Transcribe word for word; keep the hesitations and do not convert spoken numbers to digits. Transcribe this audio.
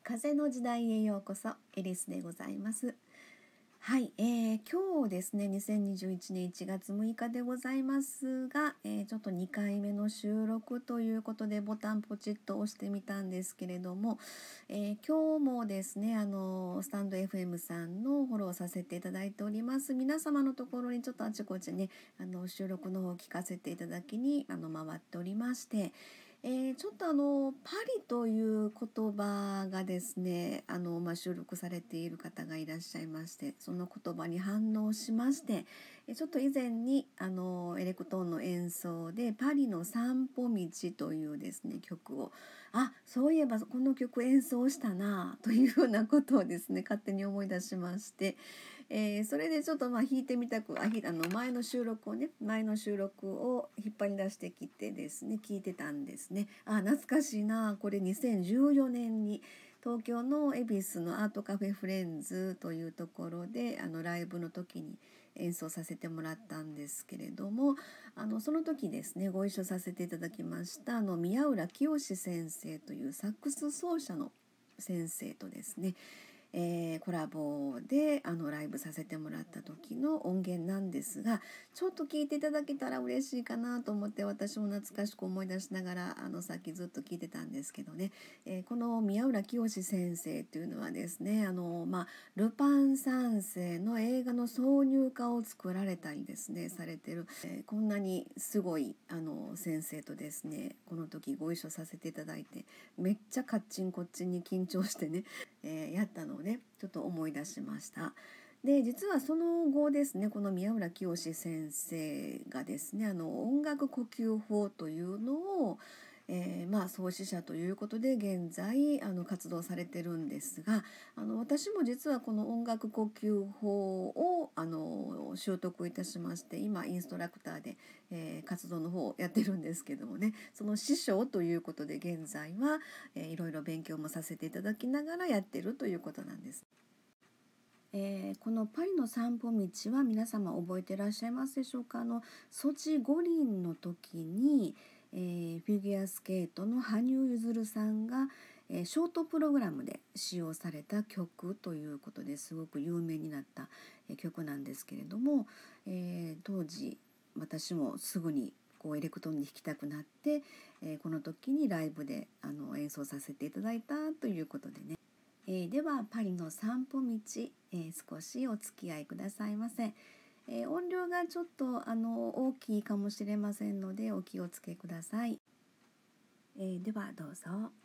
風の時代へようこそ。エリスでございます。はい、えー、今日ですねにせんにじゅういちねんいちがつむいかでございますが、えー、ちょっとにかいめの収録ということでボタンポチッと押してみたんですけれども、えー、今日もですねあのスタンド エフエム さんのフォローさせていただいております。皆様のところにちょっとあちこちねあの収録の方を聞かせていただきにあの回っておりまして、えー、ちょっとあのパリという言葉がですねあの、まあ、収録されている方がいらっしゃいまして、その言葉に反応しまして、ちょっと以前にあのエレクトーンの演奏でパリの散歩道というですね曲を、あ、そういえばこの曲演奏したなというようなことをですね勝手に思い出しまして、えー、それでちょっとまあ弾いてみたく、ああの前の収録をね前の収録を引っ張り出してきてですね聞いてたんですね。あ、懐かしいな、これにせんじゅうよねんに東京の恵比寿のアートカフェフレンズというところであのライブの時に演奏させてもらったんですけれども、あのその時ですねご一緒させていただきましたあの宮浦清先生というサックス奏者の先生とですね、えー、コラボであのライブさせてもらった時の音源なんですが、ちょっと聞いていただけたら嬉しいかなと思って私も懐かしく思い出しながらあのさっきずっと聞いてたんですけどね、えー、この宮浦清先生というのはですねあの、まあ、ルパン三世の映画の挿入歌を作られたりですねされてる、えー、こんなにすごいあの先生とですねこの時ご一緒させていただいて、めっちゃカッチンコッチンに緊張してね、えー、やったのをねちょっと思い出しました。で実はその後ですねこの宮浦清先生がですねあの音楽呼吸法というのを、えー、まあ創始者ということで現在あの活動されてるんですが、あの私も実はこの音楽呼吸法をあの習得いたしまして、今インストラクターで、えー、活動の方をやってるんですけどもね、その師匠ということで現在は、えー、いろいろ勉強もさせていただきながらやってるということなんです。えー、このパリの散歩道は皆様覚えていらっしゃいますでしょうか。あのソチ五輪の時に、えー、フィギュアスケートの羽生結弦さんが、えー、ショートプログラムで使用された曲ということですごく有名になった、えー、曲なんですけれども、えー、当時私もすぐにこうエレクトーンに弾きたくなって、えー、この時にライブであの演奏させていただいたということでね、えー、ではパリの散歩道、えー、少しお付き合いくださいませ。えー、音量がちょっとあの大きいかもしれませんのでお気をつけください。えー、ではどうぞ。